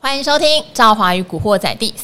欢迎收听《赵华与古惑仔》第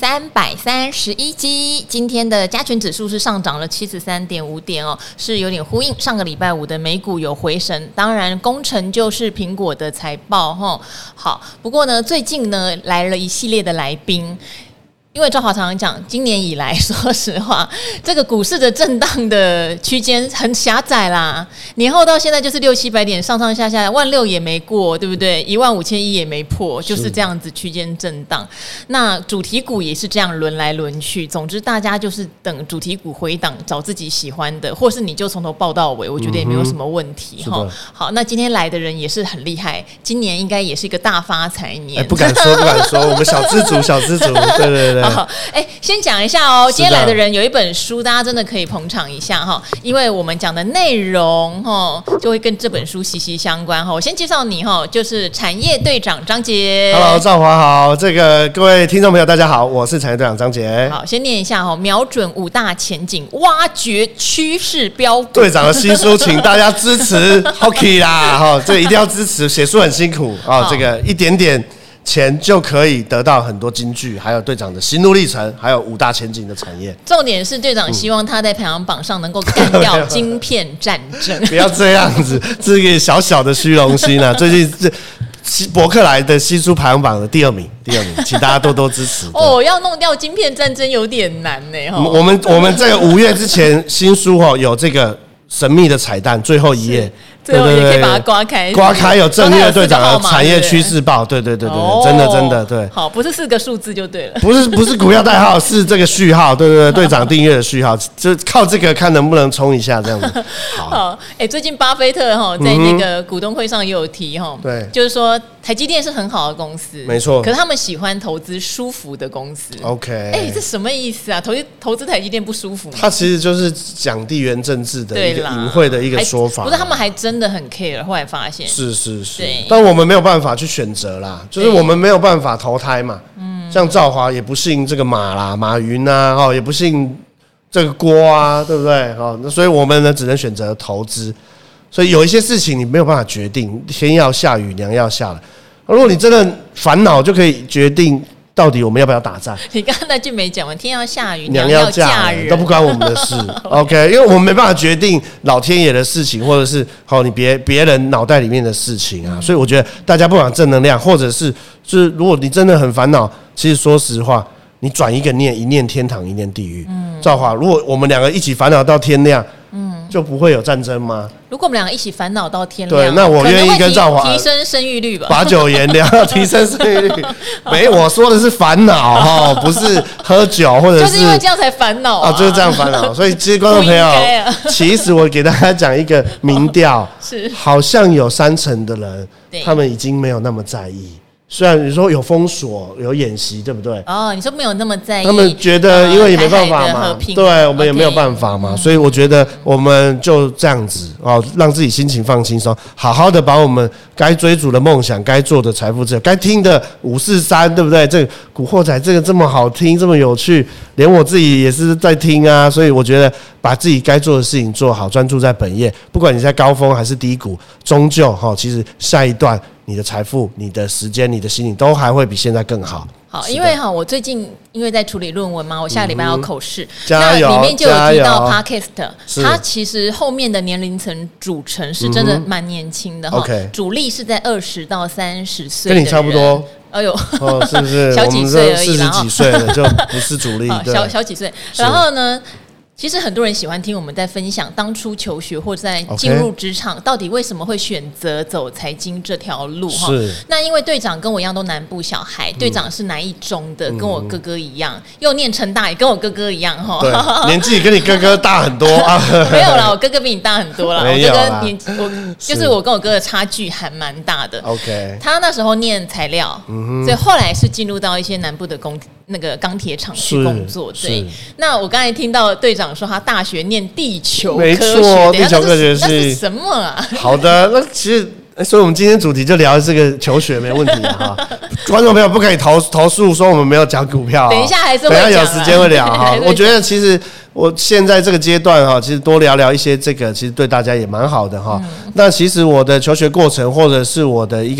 331集。今天的加权指数是上涨了73.5点哦，是有点呼应上个礼拜五的美股有回神。当然，功臣就是苹果的财报哈。好，不过呢，最近呢来了一系列的来宾。因为赵华常常讲，今年以来，说实话，这个股市的震荡的区间很狭窄啦。年后到现在就是600-700点，上上下下，16000也没过，对不对？15100也没破，就是这样子区间震荡。那主题股也是这样轮来轮去。总之，大家就是等主题股回档，找自己喜欢的，或是你就从头报到尾，我觉得也没有什么问题哈。好，那今天来的人也是很厉害，今年应该也是一个大发财年。 不敢说，不敢说，我们小资族，对对对。 先讲一下哦，今天来的人有一本书，大家真的可以捧场一下哈，因为我们讲的内容哈，就会跟这本书息息相关哈。我先介绍你哈，就是产业队长张杰。 Hello， 赵华好，各位听众朋友大家好，我是产业队长张杰。 好，先念一下哈，瞄准5大前景，挖掘趋势标股。 队长的新书，请大家支持 ，Hockey 啦哈，这一定要支持，写书很辛苦啊，这个一点点钱就可以得到很多金句，还有队长的心路历程，还有5大前景的产业。 重点是队长希望他在排行榜上能够干掉晶片战争。 不要这样子，这个小小的虚荣心啊！最近博客来的新书排行榜的第二名，请大家多多支持。 哦，要弄掉晶片战争有点难呢。 我们这个5月之前新书有这个神秘的彩蛋，最后一页。 最后也可以把它刮开， 有正月队长的产业趋势报，对，真的对。好， 不是4个数字就对了， 不是股票代号，是这个序号，对，队长订阅的序号，就靠这个看能不能冲一下这样子。 好，最近巴菲特在那个股东会上也有提对， 就是说台积电是很好的公司， 没错， 可是他们喜欢投资舒服的公司。 OK， 这什么意思啊？投资台积电不舒服吗？ 它其实就是讲地缘政治的一个隐晦的一个说法， 不是他们还真的很 care， 后来发现是，但我们没有办法去选择啦，就是我们没有办法投胎嘛。像赵华也不信这个马啦，马云啊，也不信这个郭啊，对不对？那所以我们呢只能选择投资。所以有一些事情你没有办法决定，天要下雨娘要下来。如果你真的烦恼，就可以决定到底我们要不要打仗？ 你刚刚那句没讲完，天要下雨， 娘要嫁人，都不关我们的事。OK， 因为我们没办法决定老天爷的事情，或者是你别人脑袋里面的事情啊。所以我觉得大家不管正能量，或者是如果你真的很烦恼，其实说实话，你转一个念，一念天堂，一念地狱。赵华，如果我们2个一起烦恼到天亮，就不会有战争吗？ 如果我们2个一起烦恼到天亮， 对，那我愿意跟赵华提升生育率吧， 把酒言凉，提升生育率。没，我说的是烦恼不是喝酒，或者是就是因为这样才烦恼啊， 就是这样烦恼。所以其实观众朋友，其实我给大家讲一个民调， 是好像有30%的人，他们已经没有那么在意。虽然你说有封锁、有演习，对不对？ 你说没有那么在意， 他们觉得因为也没办法嘛，对，我们也没有办法嘛，所以我觉得我们就这样子让自己心情放轻松，好好的把我们该追逐的梦想、该做的财富自由、该听的543，对不对？这个古惑仔这个这么好听、这么有趣，连我自己也是在听啊，所以我觉得把自己该做的事情做好，专注在本业，不管你在高峰还是低谷，终究其实下一段你的财富、你的时间、你的心灵都还会比现在更好。 好，因为我最近因为在处理论文嘛，我下礼拜要口试， 那里面就有提到 Podcast， 它其实后面的年龄层组成是真的蛮年轻的主力是在20到30岁的人， 跟你差不多。 哎呦， 是不是？ 小几岁而已啦 ，40几岁了就不是主力， 小几岁。然后呢？其实很多人喜欢听我们在分享当初求学或者在进入职场，到底为什么会选择走财经这条路哈？那因为队长跟我一样都南部小孩，队长是南一中的，跟我哥哥一样，又念成大，也跟我哥哥一样哈。 对，年纪跟你哥哥大很多啊。 没有啦，我哥哥比你大很多啦。我哥哥就是我跟我哥的差距还蛮大的。 OK， 他那时候念材料，所以后来是进入到一些南部的那个钢铁厂去工作。对，那我刚才听到队长说他大学念地球科学， 没错，地球科学那是什么啊？ 好的，那其实所以我们今天主题就聊这个求学没问题哈。观众朋友不可以投诉说我们没有讲股票， 等一下还是会讲， 等一下有时间会聊哈。我觉得其实我现在这个阶段哈，其实多聊聊一些这个，其实对大家也蛮好的哈。那其实我的求学过程或者是我的一个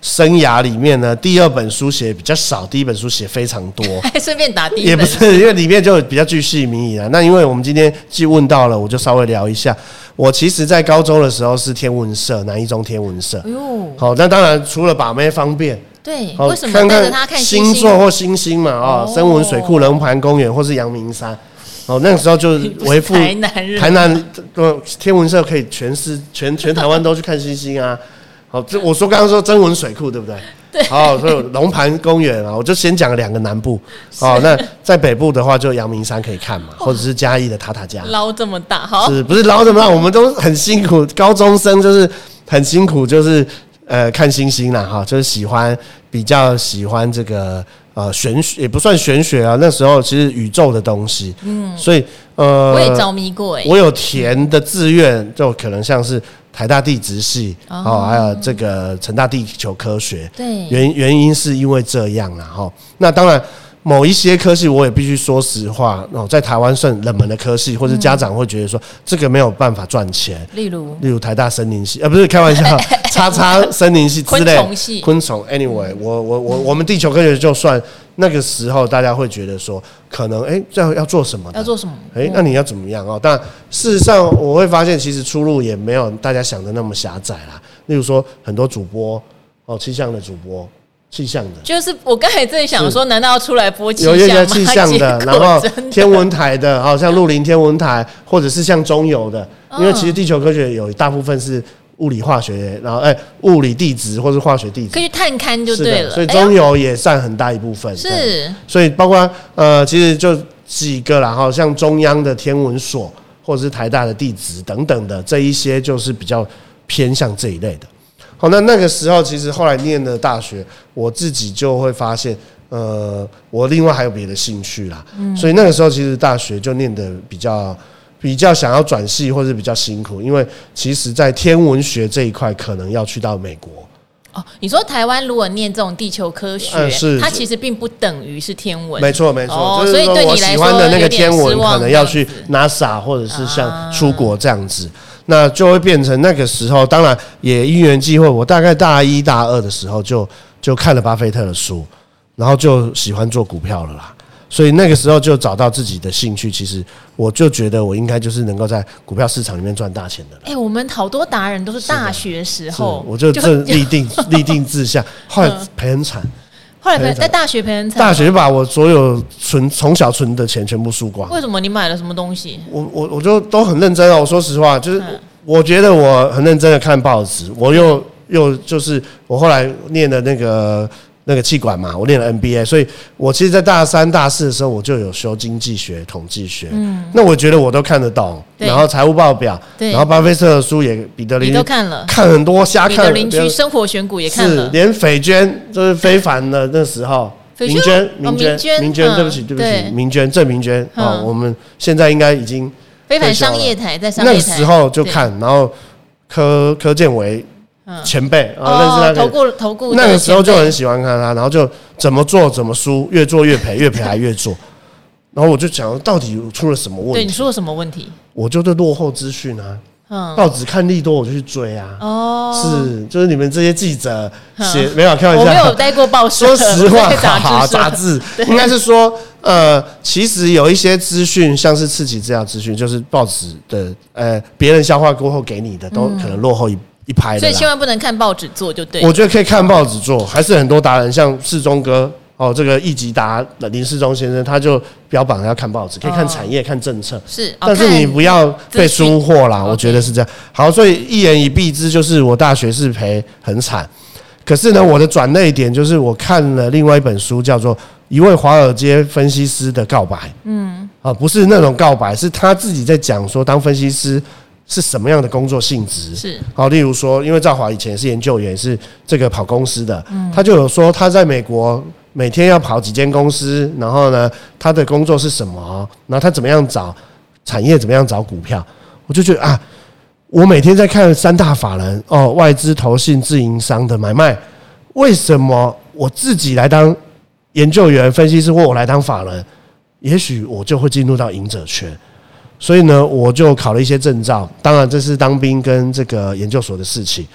生涯里面呢，第二本书写比较少，第一本书写非常多， 还顺便打第一本， 也不是，因为里面就比较巨细靡遗啦。那因为我们今天既问到了，我就稍微聊一下。我其实在高中的时候是天文社，南一中天文社。好，那当然除了把妹方便。 对，为什么带着他看星座或星星嘛？深文水库、龙盘公园或是阳明山。那个时候就维护台南天文社可以全台湾都去看星星啊。好，我刚刚说曾文水库对不对？ 对。 好，所以龙盘公园啊，我就先讲2个南部。好，那在北部的话，就阳明山可以看嘛，或者是嘉义的塔塔加。 捞这么大，好， 是不是捞这么大？我们都很辛苦，高中生就是很辛苦，就是看星星啦，哈，就是比较喜欢这个玄学，也不算玄学啊。那时候其实宇宙的东西，所以我也着迷过我有填的志愿，就可能像是台大地质系还有这个成大地球科学。 对， 原因是因为这样啦，哈。那当然。某一些科系我也必须说实话，在台湾算冷门的科系，或者家长会觉得说这个没有办法赚钱。例如台大森林系，不是开玩笑，叉森林系之类，昆虫。Anyway， 我们地球科学就算那个时候大家会觉得说，可能这要做什么？ 要做什么？ 那你要怎么样？但事实上我会发现，其实出路也没有大家想的那么狭窄啦。例如说很多主播气象的主播。气象的， 就是我刚才在想说，难道要出来播气象吗？ 有一些气象的，然后天文台的，像鹿林天文台，或者是像中油的，因为其实地球科学有大部分是物理化学，然后物理地质或是化学地质， 可以去探勘就对了。 所以中油也占很大一部分。 是， 所以包括其实就几个啦，哈，像中央的天文所或者是台大的地质等等的这一些，就是比较偏向这一类的。好，那个时候其实后来念的大学，我自己就会发现，我另外还有别的兴趣啦，所以那个时候其实大学就念的比较想要转系，或是比较辛苦，因为其实在天文学这一块可能要去到美国。 你说台湾如果念这种地球科学，它其实并不等于是天文。 没错，就是说我喜欢的那个天文，可能要去 NASA 或者是像出国这样子。那就会变成那个时候，当然也因缘际会，我大概大1、大2的时候就看了巴菲特的书，然后就喜欢做股票了啦。所以那个时候就找到自己的兴趣，其实我就觉得我应该就是能够在股票市场里面赚大钱的。 我们好多达人都是大学时候， 我就立定志向，后来赔很惨。 后来在大学赔很惨， 大学就把我所有从小存的钱全部输光。 为什么？你买了什么东西？ 我就都很认真哦。我说实话，就是我觉得我很认真的看报纸，我又就是我后来念的那个企管嘛，我念了 MBA， 所以我其实，在大3、大4的时候，我就有修经济学、统计学。那我觉得我都看得懂，然后财务报表，然后巴菲特的书也彼得林都看了， 看很多，瞎看。彼得林区生活选股也看了， 连斐娟就是非凡的那时候，明娟，对不起，明娟郑明娟我们现在应该已经非凡商业台在商业台那时候就看，然后柯建维。前辈认识他投顾那个时候就很喜欢看他，然后就怎么做怎么输，越做越赔，越赔还越做。然后我就想，到底出了什么问题？ 对，你出了什么问题？ 我就对落后资讯啊，报纸看利多我就去追啊。就是你们这些记者写没有开玩笑， 我没有待过报社。 说实话，杂志应该是说，其实有一些资讯，像是刺激治疗资讯，就是报纸的别人消化过后给你的，都可能落后一拍的， 所以千万不能看报纸做就对。 我觉得可以看报纸做，还是很多达人，像世忠哥这个一级达林世忠先生，他就标榜要看报纸，可以看产业、看政策，但是你不要被输货啦。我觉得是这样。好，所以一言以蔽之，就是我大学是赔很惨。可是呢，我的转捩点就是我看了另外一本书，叫做《一位华尔街分析师的告白》。不是那种告白，是他自己在讲说当分析师是什么样的工作性质？是好，例如说，因为兆华以前是研究员，是这个跑公司的，他就有说他在美国每天要跑几间公司，然后呢，他的工作是什么？然后他怎么样找产业，怎么样找股票？我就觉得我每天在看3大法人外资、投信、自营商的买卖，为什么我自己来当研究员、分析师，或我来当法人，也许我就会进入到赢者圈。所以呢，我就考了一些证照，当然这是当兵跟这个研究所的事情。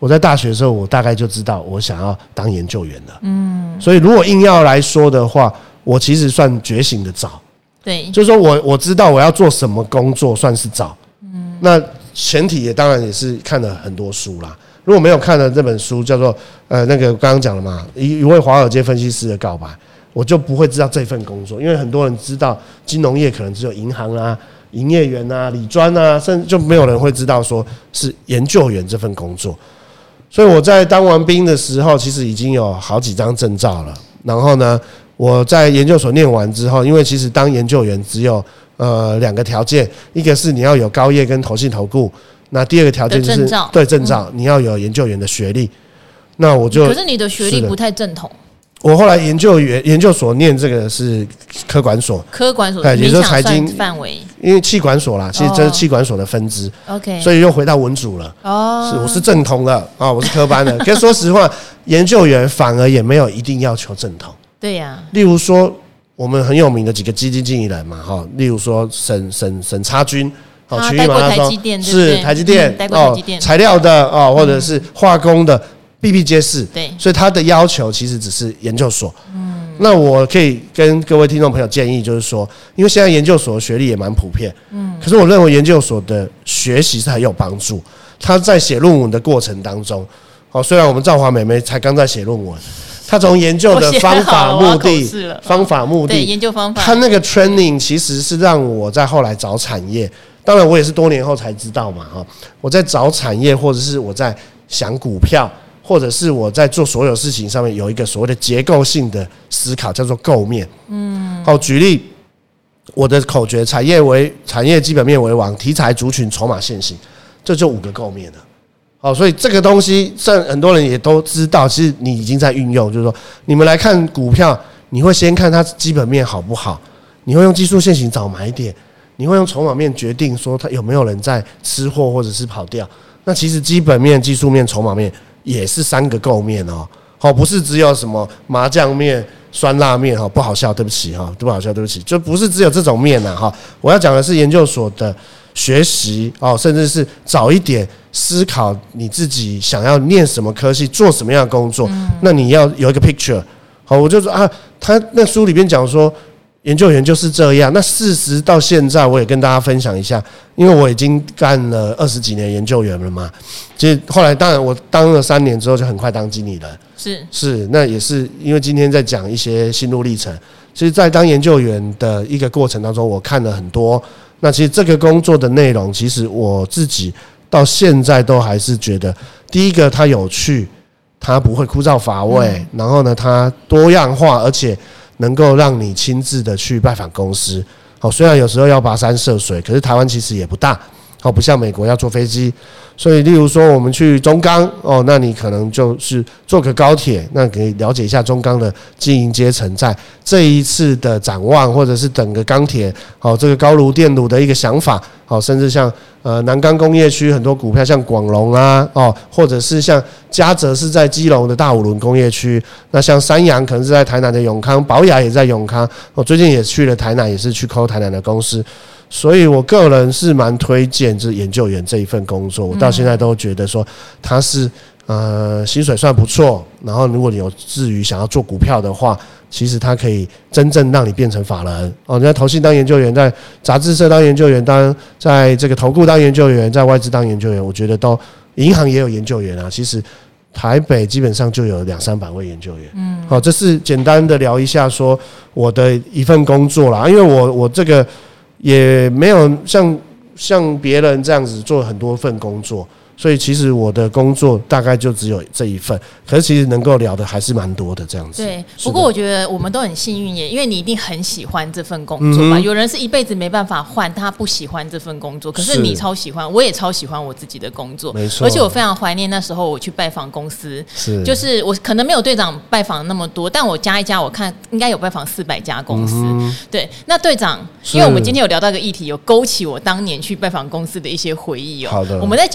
我在大学的时候，我大概就知道我想要当研究员了。所以如果硬要来说的话，我其实算觉醒的早。 对， 就是说我知道我要做什么工作算是早。那前提也当然也是看了很多书啦。如果没有看了这本书，叫做那个刚刚讲了嘛，一位华尔街分析师的告白，我就不会知道这份工作，因为很多人知道金融业可能只有银行啊、营业员啊、理专啊，甚至就没有人会知道说是研究员这份工作。所以我在当完兵的时候，其实已经有好几张证照了。然后呢，我在研究所念完之后，因为其实当研究员只有2个条件，一个是你要有高业跟投信投顾，那第二个条件就是对证照，你要有研究员的学历。那我就可是你的学历不太正统。 我后来研究所念这个是科管所， 也就是财经范围， 因为企管所啦，其实这是企管所的分支。 OK， 所以又回到文组了。我是正统的啊，我是科班的。可是说实话，研究员反而也没有一定要求正统。 对呀， 例如说我们很有名的几个基金经理人嘛，例如说沈插军。 区域马拉松是台积电材料的或者是化工的，比比皆是。 对， 所以他的要求其实只是研究所。那我可以跟各位听众朋友建议，就是说，因为现在研究所的学历也蛮普遍，可是我认为研究所的学习是很有帮助。他在写论文的过程当中，虽然我们兆华妹妹才刚在写论文，他从研究的方法目的， 研究方法， 他那个 training 其实是让我在后来找产业。当然，我也是多年后才知道嘛，我在找产业，或者是我在想股票，或者是我在做所有事情上面有一个所谓的结构性的思考，叫做构面。举例，我的口诀：产业基本面为王，题材、族群、筹码、现行，这就5个构面了。所以这个东西，很多人也都知道，其实你已经在运用，就是说，你们来看股票，你会先看它基本面好不好，你会用技术线型找买点。你会用筹码面决定说他有没有人在吃货或者是跑掉。那其实基本面、技术面、筹码面也是3个构面不是只有什么麻酱面、酸辣面不好笑，对不起不好笑，对不起，就不是只有这种面我要讲的是研究所的学习甚至是早一点思考你自己想要念什么科系、做什么样的工作，那你要有一个 picture。我就说他那书里边讲说。研究员就是这样。那事实到现在，我也跟大家分享一下，因为我已经干了20几年研究员了嘛。其实后来，当然我当了3年之后，就很快当经理人。是，那也是因为今天在讲一些心路历程。其实，在当研究员的一个过程当中，我看了很多。那其实这个工作的内容，其实我自己到现在都还是觉得，第一个它有趣，它不会枯燥乏味，然后呢，它多样化，而且能够让你亲自的去拜访公司。虽然有时候要跋山涉水，可是台湾其实也不大，不像美国要坐飞机。所以例如说我们去中钢那你可能就是坐个高铁，那可以了解一下中钢的经营阶层在这一次的展望，或者是整个钢铁这个高炉电炉的一个想法，甚至像南钢工业区很多股票，像广隆啊或者是像嘉泽是在基隆的大五轮工业区，那像三阳可能是在台南的永康，宝雅也在永康，我最近也去了台南，也是去扣台南的公司。所以我个人是蛮推荐这研究员这一份工作，我到现在都觉得说他是薪水算不错，然后如果你有至于想要做股票的话，其实他可以真正让你变成法人你在投信当研究员，在杂志社当研究员，在这个投顾当研究员，在外资当研究员，我觉得都银行也有研究员其实台北基本上就有200-300位研究员。这是简单的聊一下说我的一份工作啦，因为我这个也没有像别人这样子做很多份工作，所以其实我的工作大概就只有这一份，可是其实能够聊的还是蛮多的这样子。 对，不过我觉得我们都很幸运耶，因为你一定很喜欢这份工作吧。有人是一辈子没办法换，他不喜欢这份工作，可是你超喜欢，我也超喜欢我自己的工作， 没错。 而且我非常怀念那时候我去拜访公司，就是我可能没有队长拜访那么多，但我加一加，我看应该有拜访400家公司。对，那队长，因为我们今天有聊到一个议题，有勾起我当年去拜访公司的一些回忆好的， 我们在讲公司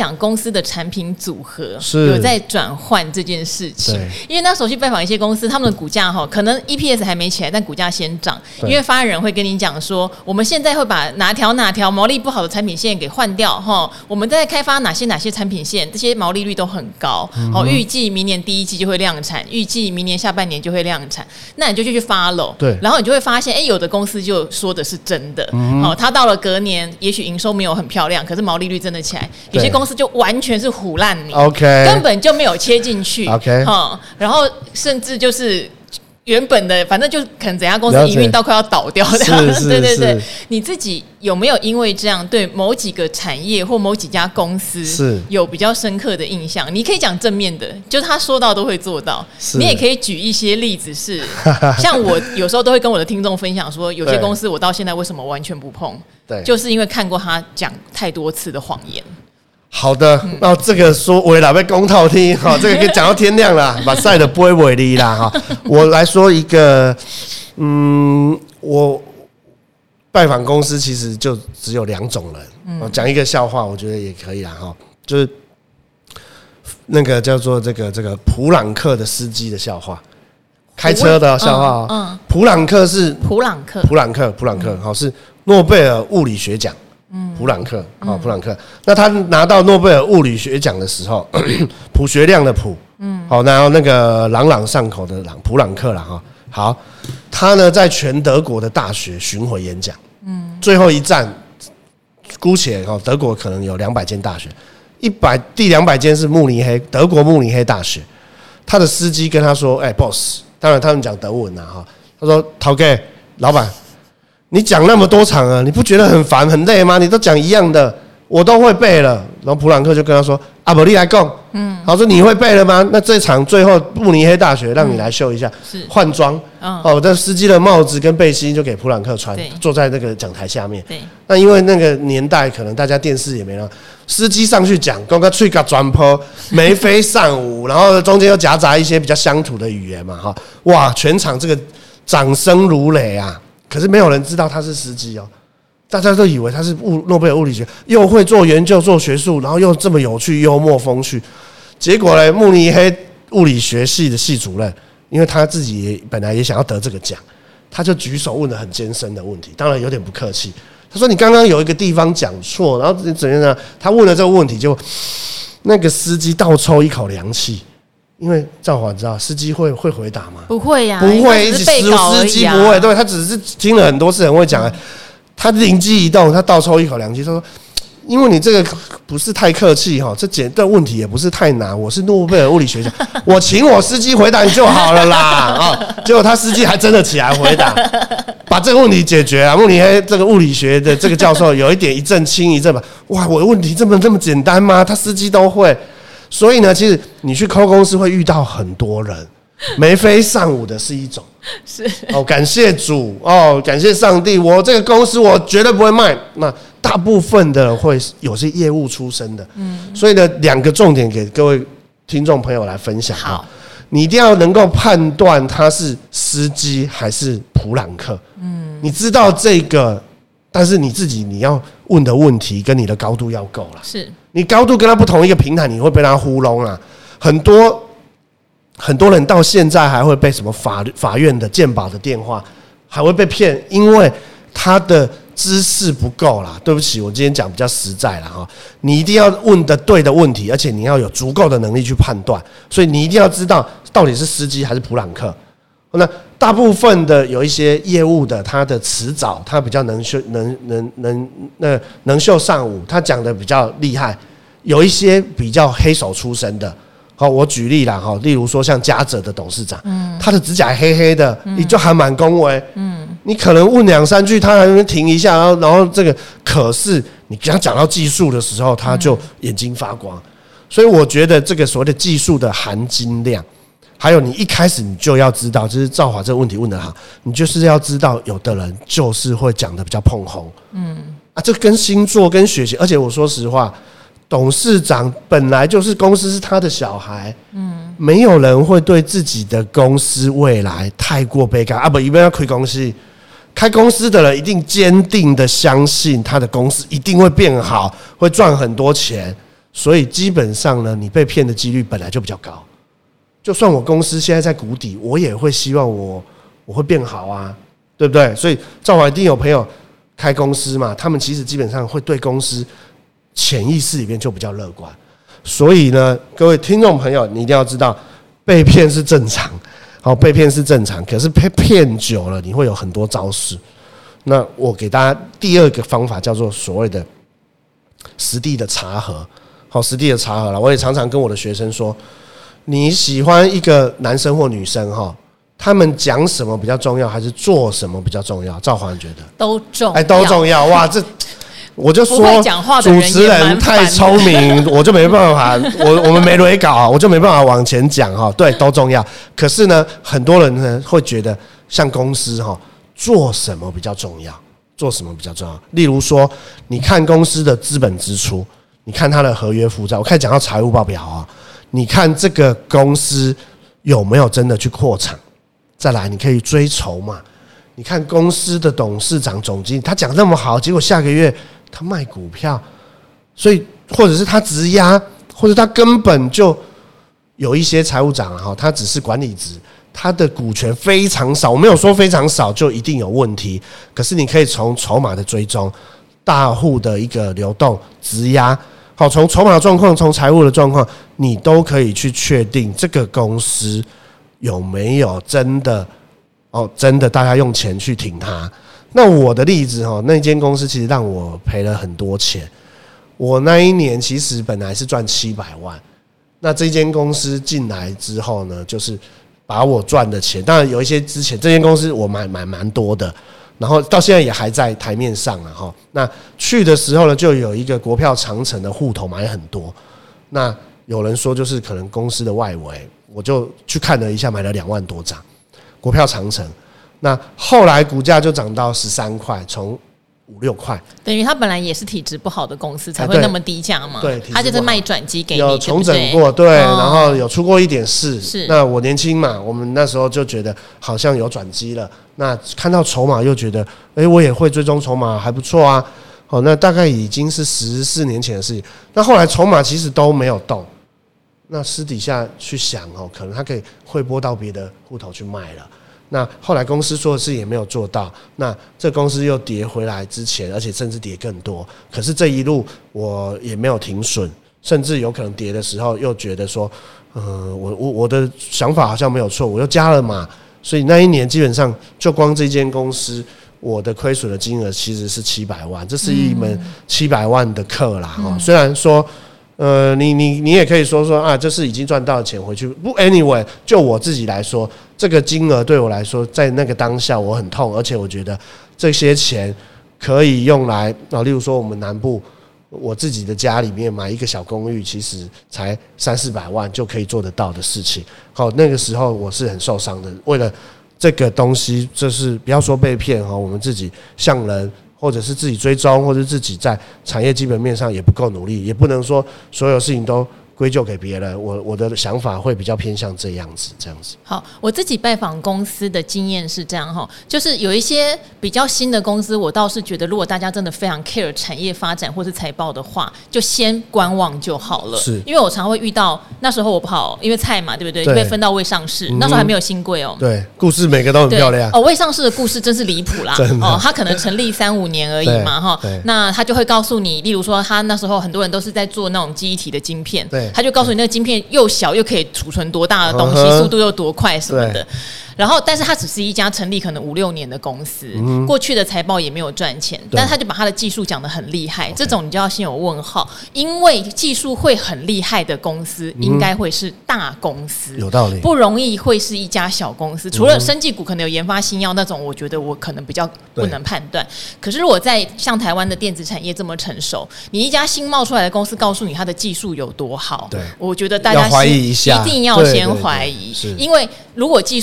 司的产品组合是有在转换这件事情。因为那时候去拜访一些公司，他们的股价可能 EPS 还没起来，但股价先涨。因为发言人会跟你讲说，我们现在会把哪条毛利不好的产品线给换掉我们在开发哪些产品线，这些毛利率都很高预计明年第一季就会量产，预计明年下半年就会量产，那你就去 follow。 对，然后你就会发现有的公司就说的是真的它到了隔年也许营收没有很漂亮，可是毛利率真的起来。有些公司就完全是唬烂你 ，OK， 根本就没有切进去 ，OK， 然后甚至就是原本的，反正就可能整家公司营运到快要倒掉的。对对对，你自己有没有因为这样对某几个产业或某几家公司有比较深刻的印象？你可以讲正面的，就是他说到都会做到。你也可以举一些例子是，像我有时候都会跟我的听众分享说，有些公司我到现在为什么完全不碰？对，就是因为看过他讲太多次的谎言。 好的，那这个说为了被公套听这个可以讲到天亮了，把赛的不会为例啦我来说一个，我拜访公司其实就只有2种人，讲一个笑话，我觉得也可以啦就是那个叫做这个普朗克的司机的笑话，开车的笑话普朗克是普朗克是诺贝尔物理学奖。普朗克，普朗克。那他拿到诺贝尔物理学奖的时候，朴学亮的朴，然后那个朗朗上口的朗，普朗克啦好，他呢在全德国的大学巡回演讲，最后一站，姑且德国可能有200间大学，第200间是德国慕尼黑大学。他的司机跟他说：“boss， 当然他们讲德文啦他说：‘陶哥，老板。’你讲那么多场啊，你不觉得很烦很累吗？你都讲一样的，我都会背了。然后普朗克就跟他说：“阿伯利来讲，他说你会背了吗？那这场最后慕尼黑大学让你来秀一下，换装这司机的帽子跟背心就给普朗克穿，坐在那个讲台下面。那因为那个年代可能大家电视也没了，司机上去讲，刚刚吹个转坡，眉飞上舞，然后中间又夹杂一些比较乡土的语言嘛哇，全场这个掌声如雷啊！可是没有人知道他是司机大家都以为他是诺贝尔物理学，又会做研究做学术，然后又这么有趣幽默风趣。结果呢，慕尼黑物理学系的系主任，因为他自己本来也想要得这个奖，他就举手问了很艰深的问题，当然有点不客气。他说：“你刚刚有一个地方讲错，然后怎样呢？”他问了这个问题，就那个司机倒抽一口凉气。因为赵华知道司机会回答吗？ 不会呀， 不会，一直司机不会，对他只是听了很多次很会讲，他灵机一动，他倒抽一口凉气，他说：“因为你这个不是太客气这问题也不是太难，我是诺贝尔物理学奖，我请我司机回答你就好了啦结果他司机还真的起来回答，把这个问题解决了。慕尼黑这个物理学的这个教授有一阵轻一阵吧，哇，我的问题这么简单吗？他司机都会。所以呢，其实你去抠公司会遇到很多人，眉飞上舞的是一种， 是感谢主感谢上帝，我这个公司我绝对不会卖。那大部分的人会有些业务出身的，所以呢，2个重点给各位听众朋友来分享你一定要能够判断他是司机还是普朗克，你知道这个。但是你自己你要问的问题跟你的高度要够了，是你高度跟他不同一个平台，你会被他糊弄啊。很多人到现在还会被什么法院的健保的电话还会被骗，因为他的知识不够啦。对不起，我今天讲比较实在啦你一定要问的对的问题，而且你要有足够的能力去判断，所以你一定要知道到底是司机还是普朗克。那大部分的有一些业务的，他的辞藻他比较能秀上舞，他讲的比较厉害。有一些比较黑手出身的，我举例啦例如说像嘉泽的董事长，他的指甲黑黑的，你就还蛮恭维，你可能问2-3句，他还能停一下，然后这个，可是你跟他讲到技术的时候，他就眼睛发光。所以我觉得这个所谓的技术的含金量。还有，你一开始你就要知道，就是兆华这个问题问得好，你就是要知道，有的人就是会讲得比较碰红，这跟星座跟学习，而且我说实话，董事长本来就是公司是他的小孩，没有人会对自己的公司未来太过悲观不，一般要开公司，开公司的人一定坚定的相信他的公司一定会变好，会赚很多钱。 所以基本上呢，你被骗的几率本来就比较高。就算我公司现在在谷底，我也会希望我会变好啊，对不对？所以兆华一定有朋友开公司嘛，他们其实基本上会对公司潜意识里面就比较乐观。所以呢，各位听众朋友，你一定要知道，被骗是正常，好，被骗是正常，可是被骗久了，你会有很多招式。那我给大家第二个方法叫做所谓的实地的查核，好，实地的查核了。我也常常跟我的学生说，你喜欢一个男生或女生哈，他们讲什么比较重要，还是做什么比较重要？兆华觉得都重要， 都重要。哇，这我就说主持人太聪明，我就没办法，我们没蕊稿，我就没办法往前讲哈。对，都重要。可是呢，很多人呢会觉得，像公司哈，做什么比较重要？做什么比较重要？例如说，你看公司的资本支出，你看它的合约负债，我开始讲到财务报表啊。你看这个公司有没有真的去扩产？再来，你可以追筹码。你看公司的董事长、总经理，他讲那么好，结果下个月他卖股票，所以或者是他质押，或者他根本就有一些财务长啊，他只是管理职，他的股权非常少。我没有说非常少就一定有问题，可是你可以从筹码的追踪、大户的一个流动、质押。好，从筹码状况、从财务的状况，你都可以去确定这个公司有没有真的大家用钱去挺它。那我的例子那间公司其实让我赔了很多钱。我那一年其实本来是赚700万，那这间公司进来之后呢，就是把我赚的钱，当然有一些之前这间公司我买蛮多的。然后到现在也还在台面上了哈。那去的时候呢，就有一个国票长城的户头买很多。那有人说就是可能公司的外围，我就去看了一下，买了2万多张国票长城。那后来股价就涨到13块，从5、6块， 等于他本来也是体质不好的公司，才会那么低价嘛。 对， 他就是卖转机给你， 有重整过，对，然后有出过一点事。是，那我年轻嘛，我们那时候就觉得好像有转机了。那看到筹码又觉得，我也会追踪筹码，还不错啊。好，那大概已经是14年前的事情。那后来筹码其实都没有动。那私底下去想可能他可以汇拨到别的户头去卖了。那后来公司说的事也没有做到，那这公司又跌回来之前，而且甚至跌更多。可是这一路我也没有停损，甚至有可能跌的时候又觉得说，我的想法好像没有错，我又加了码。所以那一年基本上就光这间公司，我的亏损的金额其实是700万，这是一门700万的课啦。虽然说。你也可以说啊，这是已经赚到的钱回去不 anyway， 就我自己来说，这个金额对我来说，在那个当下我很痛，而且我觉得这些钱可以用来例如说我们南部我自己的家里面买一个小公寓，其实才300-400万就可以做得到的事情。好，那个时候我是很受伤的，为了这个东西，就是不要说被骗我们自己像人。或者是自己追踪，或者自己在产业基本面上也不够努力，也不能说所有事情都归咎给别人。我的想法会比较偏向这样子。 好，我自己拜访公司的经验是这样就是有一些比较新的公司，我倒是觉得，如果大家真的非常 care 产业发展或是财报的话，就先观望就好了。是，因为我常会遇到那时候我跑，因为菜嘛，对不对？被分到未上市，那时候还没有新贵对，故事每个都很漂亮。 未上市的故事真是离谱啦。他可能成立3-5年而已嘛那他就会告诉你，例如说他那时候很多人都是在做那种记忆体的晶片，他就告诉你那个晶片又小又可以储存多大的东西，速度又多快什么的。然后，但是它只是一家成立可能5-6年的公司，过去的财报也没有赚钱，但是他就把他的技术讲得很厉害，这种你就要先有问号，因为技术会很厉害的公司，应该会是大公司， 有道理， 不容易会是一家小公司。除了生技股可能有研发新药那种，我觉得我可能比较不能判断。可是如果在像台湾的电子产业这么成熟，你一家新冒出来的公司告诉你它的技术有多好，我觉得大家怀疑一下， 一定要先怀疑，因为如果技术好。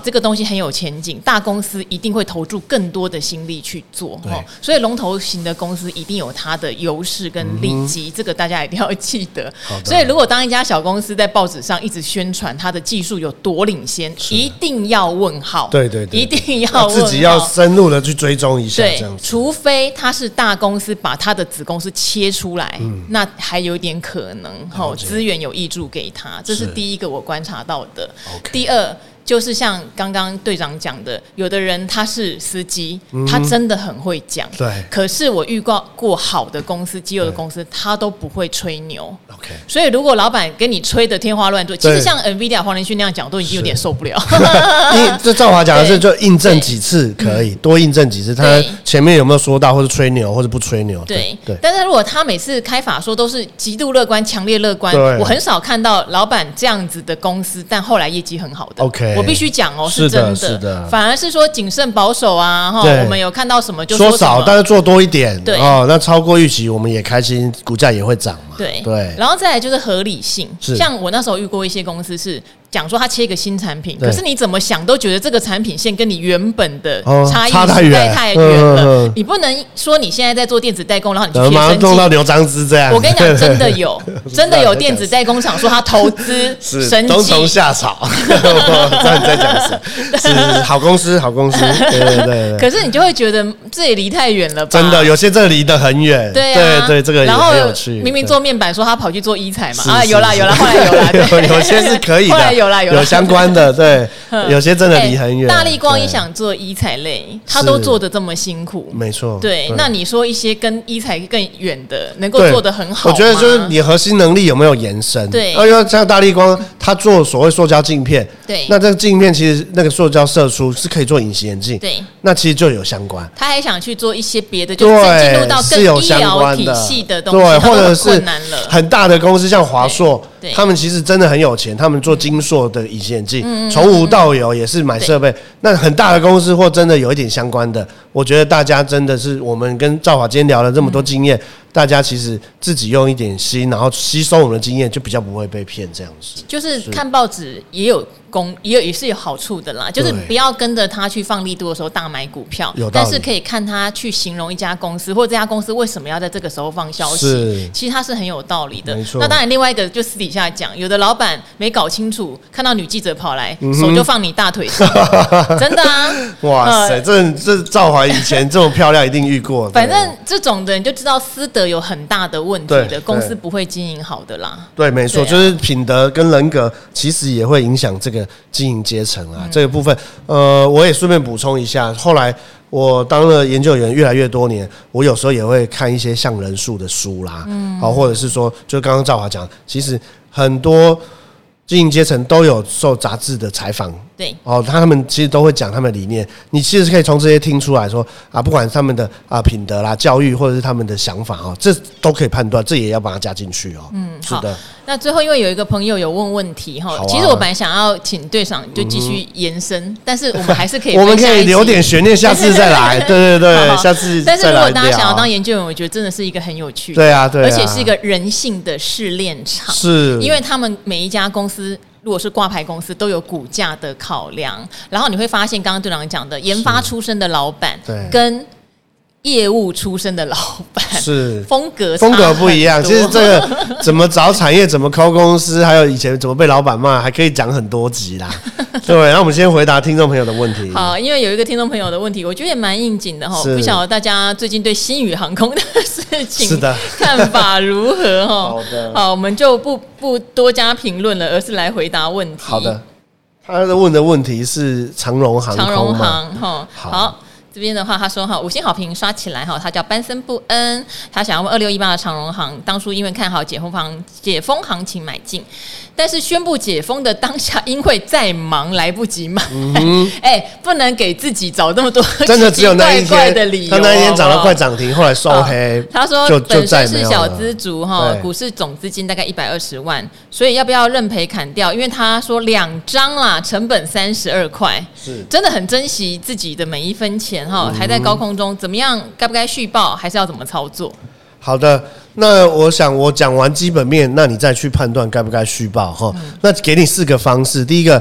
这个东西很有前景，大公司一定会投注更多的心力去做，所以龙头型的公司一定有它的优势跟利基，这个大家一定要记得。所以如果当一家小公司在报纸上一直宣传它的技术有多领先，一定要问号， 对， 一定要问号， 自己要深入的去追踪一下， 对， 这样子。 除非它是大公司把它的子公司切出来，那还有一点可能，资源有挹注给他，这是第一个我观察到的。第二就是像刚刚队长讲的，有的人他是司机，他真的很会讲， 对。 可是我遇过好的公司、机油的公司，他都不会吹牛。 OK。 所以如果老板跟你吹的天花乱坠，其实像 NVIDIA 黄仁勋那样讲，都已经有点受不了。 这兆华讲的是，就印证几次可以，多印证几次，他前面有没有说到，或者吹牛，或者不吹牛。 对。但是如果他每次开法说都是极度乐观、强烈乐观，我很少看到老板这样子的公司，但后来业绩很好的。 OK。 我必须讲哦，是真的，反而是说谨慎保守啊，我们有看到什么就说少，但是做多一点， 对那超过预期我们也开心，股价也会涨嘛， 对， 然后再来就是合理性，像我那时候遇过一些公司是讲说他切一个新产品，可是你怎么想都觉得这个产品线跟你原本的差异实在太远了，你不能说你现在在做电子代工，然后你就去生气， 弄到牛樟芝这样。 我跟你讲，真的有电子代工厂说他投资生技， 冬虫夏草，知道你在讲什么，是好公司，对。 可是你就会觉得这也离太远了吧？ 真的，有些真的离得很远， 对， 这个也很有趣。 明明做面板，说他跑去做医材嘛，有啦，后来有啦， 有些是可以的。有相关的，对，有些真的离很远。 大立光也想做医材类，他都做得这么辛苦， 没错。 对，那你说一些跟医材更远的，能够做得很好吗？ 我觉得就是你核心能力有没有延伸？ 对， 因为像大立光，他做所谓塑胶镜片， 对， 那这个镜片其实那个塑胶射出是可以做隐形眼镜， 对， 那其实就有相关。 他还想去做一些别的，就是进入到更医疗体系的东西， 对，或者是很大的公司像华硕。他们其实真的很有钱，他们做精塑的隐形眼镜，从无到有也是买设备。那很大的公司或真的有一点相关的，我觉得大家真的是我们跟兆华今天聊了这么多经验，大家其实自己用一点心，然后吸收我们的经验，就比较不会被骗这样子。 就是看报纸也是有好处的啦，就是不要跟着他去放力度的时候大买股票，但是可以看他去形容一家公司或这家公司为什么要在这个时候放消息，其实他是很有道理的。那当然，另外一个就私底下讲，有的老板没搞清楚，看到女记者跑来，手就放你大腿上，真的啊！ 哇塞，这兆华以前这么漂亮，一定遇过。 反正这种的你就知道私德有很大的问题的公司不会经营好的啦。 对，没错，就是品德跟人格其实也会影响这个经营阶层啊，这个部分，我也顺便补充一下。后来我当了研究员越来越多年，我有时候也会看一些像人数的书啦，或者是说，就刚刚兆华讲，其实很多经营阶层都有受杂志的采访。 对他们其实都会讲他们的理念，你其实可以从这些听出来说不管他们的品德啦、教育或者是他们的想法这都可以判断，这也要把它加进去是的。 那最后因为有一个朋友有问题其实我本来想要请队长就继续延伸，但是我们还是可以我们可以留点悬念，下次再来。对，下次再来。 但是如果大家想要当研究员，我觉得真的是一个很有趣的， 对啊， 而且是一个人性的试炼场， 是因为他们每一家公司。如果是挂牌公司，都有股价的考量，然后你会发现，刚刚队长讲的，研发出身的老板跟业务出身的老板是风格不一样。其实这个怎么找产业，怎么抠公司，还有以前怎么被老板骂，还可以讲很多集啦。对，那我们先回答听众朋友的问题。 好，因为有一个听众朋友的问题，我觉得也蛮应景的不晓得大家最近对星宇航空的事情看法如何好的， 好，我们就不多加评论了，而是来回答问题。 好的，他问的问题是长荣航空吗？好。这边的话，他说5星好评刷起来他叫班森布恩，他想要问2618的长荣航，当初因为看好解封行情买进，但是宣布解封的当下，因为再忙来不及买，不能给自己找那么多真的只有那一天怪的理由。 他那一天涨了快涨停，后来收黑。 他说本身是小资族股市总资金大概120万，所以要不要认赔砍掉？因为他说2张啦，成本32块，是真的很珍惜自己的每一分钱。还在高空中，怎么样？该不该续报，还是要怎么操作？ 好的，那我想我讲完基本面，那你再去判断该不该续报那给你4个方式。第一个，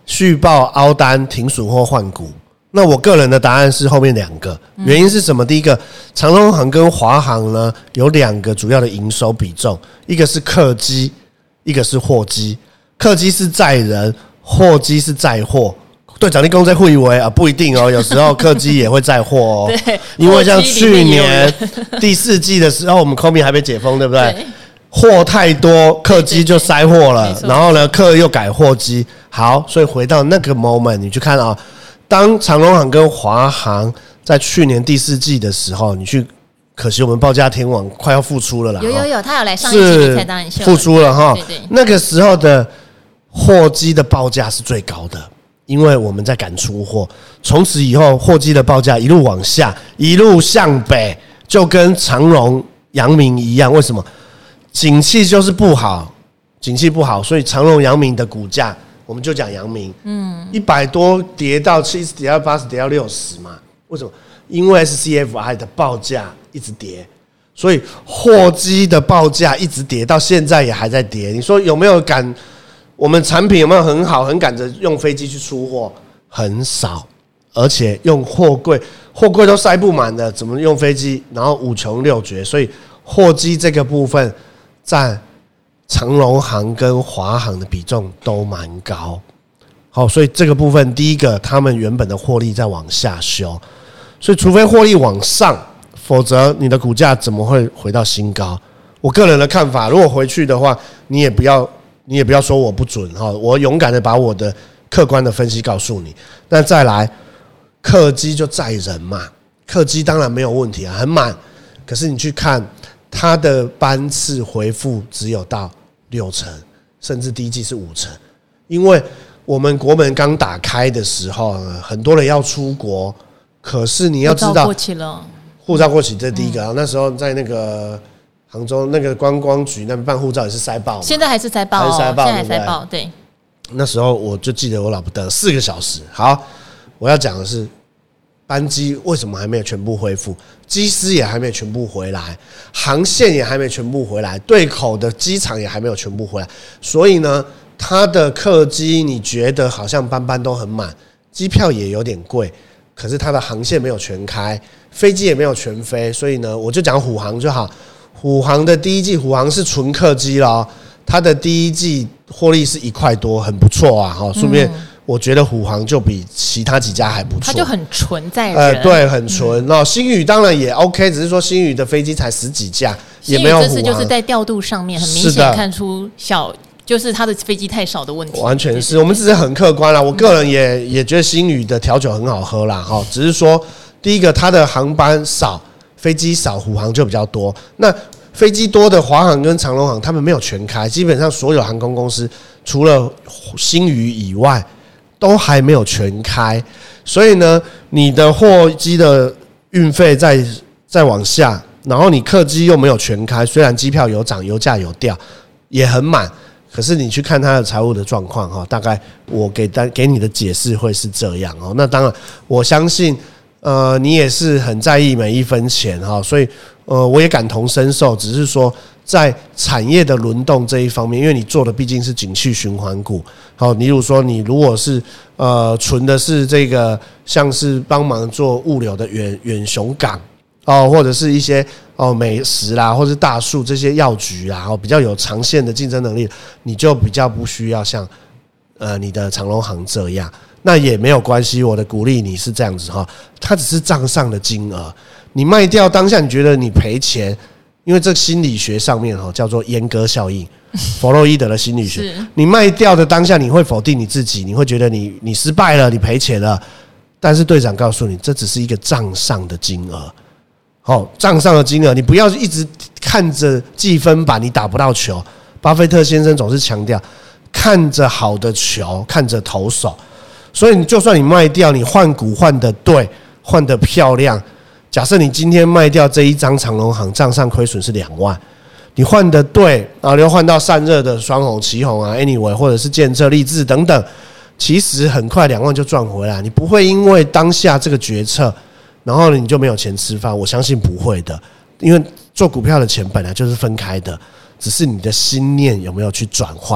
续报、凹单、停损或换股。那我个人的答案是后面2个，原因是什么？第一个，长荣航跟华航呢有2个主要的营收比重，一个是客机，一个是货机。客机是载人，货机是载货。队长，你公在会以为啊，不一定哦，有时候客机也会载货哦。 对， 因为像去年第4季的时候，我们空运还没解封，对不对？货太多，客机就塞货了，然后呢，客又改货机。好，所以回到那个 moment， 你去看啊。当长荣航跟华航在去年第4季的时候，你去，可惜我们报价天网快要复出了啦。 有，他有来上一期理财达人秀复出了哈。 对， 那个时候的货机的报价是最高的，因为我们在赶出货。从此以后，货机的报价一路往下，一路向北，就跟长荣、阳明一样。为什么？景气就是不好，景气不好，所以长荣、阳明的股价。我们就讲阳明，100多跌到70，跌到80，跌到60嘛？为什么？因为 SCFI 的报价一直跌，所以货机的报价一直跌，到现在也还在跌。你说有没有赶？我们产品有没有很好，很赶着用飞机去出货？很少，而且用货柜都塞不满的，怎么用飞机？然后5穷6绝，所以货机这个部分占长荣航跟华航的比重都蛮高，好，所以这个部分第一个，他们原本的获利在往下修，所以除非获利往上，否则你的股价怎么会回到新高？我个人的看法，如果回去的话，你也不要说我不准哈，我勇敢的把我的客观的分析告诉你。那再来，客机就载人嘛，客机当然没有问题啊，很满，可是你去看它的班次回复只有到60%，甚至第一季是50%，因为我们国门刚打开的时候，很多人要出国，可是你要知道，护照过期，这第一个。那时候在那个杭州那个观光局那边办护照也是塞爆， 现在还是塞爆，现在还塞爆，对。 那时候我就记得我老婆等了4个小时。好，我要讲的是，班机为什么还没有全部恢复？机师也还没有全部回来，航线也还没全部回来，对口的机场也还没有全部回来。所以呢，它的客机你觉得好像班班都很满，机票也有点贵，可是它的航线没有全开，飞机也没有全飞。所以呢，我就讲虎航就好。虎航的第一季，虎航是纯客机咯，它的第一季获利是1块多，很不错啊。顺便。我觉得虎航就比其他几家还不错， 它就很纯载人， 对，很纯。然后星宇当然也 OK， 只是说星宇的飞机才10几架，也没有虎航。 星宇这次就是在调度上面很明显看出就是它的飞机太少的问题。 完全是我们只是很客观啦。我个人也觉得星宇的调酒很好喝啦，只是说第一个它的航班少，飞机少，虎航就比较多。那飞机多的华航跟长荣航，他们没有全开，基本上所有航空公司除了星宇以外。都还没有全开，所以呢，你的货机的运费再往下，然后你客机又没有全开，虽然机票有涨，油价有掉，也很满，可是你去看它的财务的状况大概我给你的解释会是这样那当然，我相信你也是很在意每一分钱所以我也感同身受，只是说。在产业的轮动这一方面，因为你做的毕竟是景气循环股，好，例如说你如果是纯的是这个像是帮忙做物流的远雄港或者是一些美食啦，或者是大树这些药局啦，比较有长线的竞争能力，你就比较不需要像你的长荣航这样，那也没有关系，我的鼓励你是这样子它只是账上的金额，你卖掉当下你觉得你赔钱。因为这心理学上面叫做阉割效应，弗洛伊德的心理学。你卖掉的当下，你会否定你自己，你会觉得你失败了，你赔钱了。但是队长告诉你，这只是一个账上的金额。账上的金额，你不要一直看着计分板，你打不到球。巴菲特先生总是强调，看着好的球，看着投手。所以你就算你卖掉，你换股换得对，换得漂亮。假设你今天卖掉这一张长荣航，账上亏损是2万，你换得对，然后又换到散热的双红、旗红anyway， 或者是建设、立志等等，其实很快2万就赚回来。你不会因为当下这个决策，然后你就没有钱吃饭，我相信不会的，因为做股票的钱本来就是分开的，只是你的心念有没有去转换。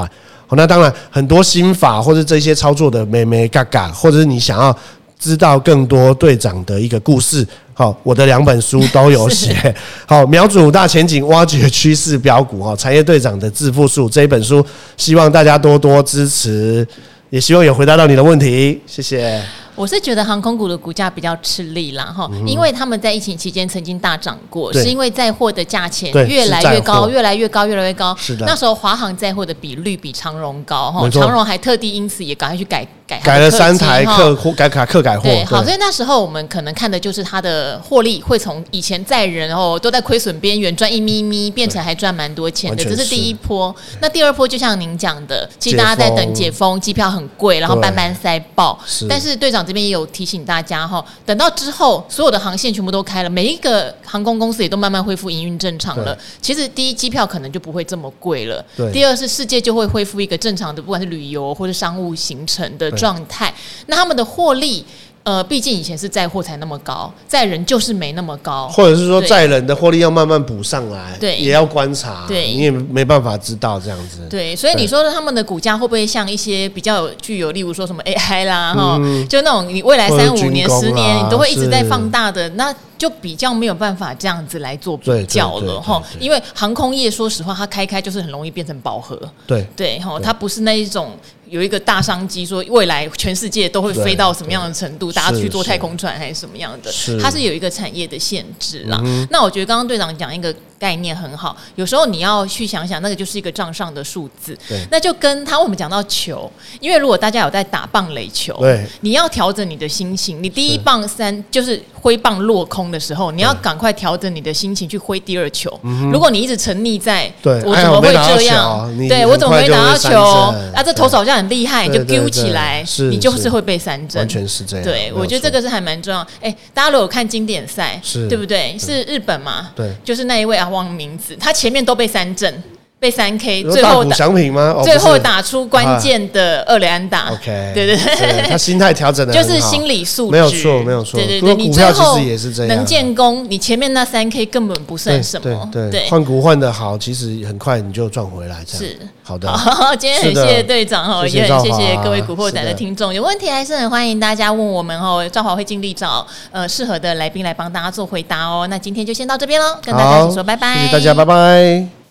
那当然很多心法或者这些操作的眉眉嘎嘎，或者是你想要知道更多队长的一个故事，我的2本书都有写。瞄准5大前景，挖掘趋势标股，产业队长的致富术这一本书，希望大家多多支持，也希望有回答到你的问题，谢谢。 我是觉得航空股的股价比较吃力啦，因为他们在疫情期间曾经大涨过，是因为载货的价钱越来越高，越来越高，越来越高。是的，那时候华航载货的比率比长荣高，长荣还特地因此也赶快去改了3台客改货。 对，好，所以那时候我们可能看的就是它的获利会从以前载人都在亏损边缘赚1咪咪，变成还赚蛮多钱的，这是第一波。那第二波就像您讲的，其实大家在等解封，机票很贵，然后班班塞爆。但是队长这边也有提醒大家等到之后所有的航线全部都开了，每一个航空公司也都慢慢恢复营运正常了。其实第一，机票可能就不会这么贵了；第二是世界就会恢复一个正常的，不管是旅游或是商务行程的状态。那他们的获利。毕竟以前是载货才那么高，载人就是没那么高， 或者是说载人的获利要慢慢补上来，对，也要观察，对，你也没办法知道这样子。 对，所以你说他们的股价会不会像一些比较具有，例如说什么 AI 啦，就那种你未来3、5年、10年你都会一直在放大的，那就比较没有办法这样子来做比较了哈。因为航空业说实话，它开就是很容易变成饱和，对哈，它不是那一种。有一个大商机，说未来全世界都会飞到什么样的程度，大家去坐太空船还是什么样的，它是有一个产业的限制啦。那我觉得刚刚队长讲一个概念很好，有时候你要去想想，那个就是一个账上的数字。那就跟我们讲到球，因为如果大家有在打棒垒球，你要调整你的心情。你第一棒就是挥棒落空的时候，你要赶快调整你的心情去挥第2球。如果你一直沉溺在我怎么会这样，对我怎么没打到球啊？这投手好像很厉害，你就丢起来，你就是会被3振， 完全是这样。 对，我觉得这个是还蛮重要。大家如果看经典赛，对不对？是日本嘛？对，就是那一位忘名字，他前面都被3振。被3K， 最后大谷翔平吗？ 最后打出关键的2垒安打。 OK， 对对对， 他心态调整的就是心理素质， 没有错，没有错。 对对对，你最后也是这样， 能建功，你前面那3K 根本不算什么。 对，换股换得好，其实很快你就赚回来。这样是好的。 今天很谢谢队长也很谢谢各位古惑仔的听众，有问题还是很欢迎大家问我们兆华会尽力找适合的来宾来帮大家做回答哦。那今天就先到这边喽，跟大家一起说拜拜， 谢谢大家，拜拜。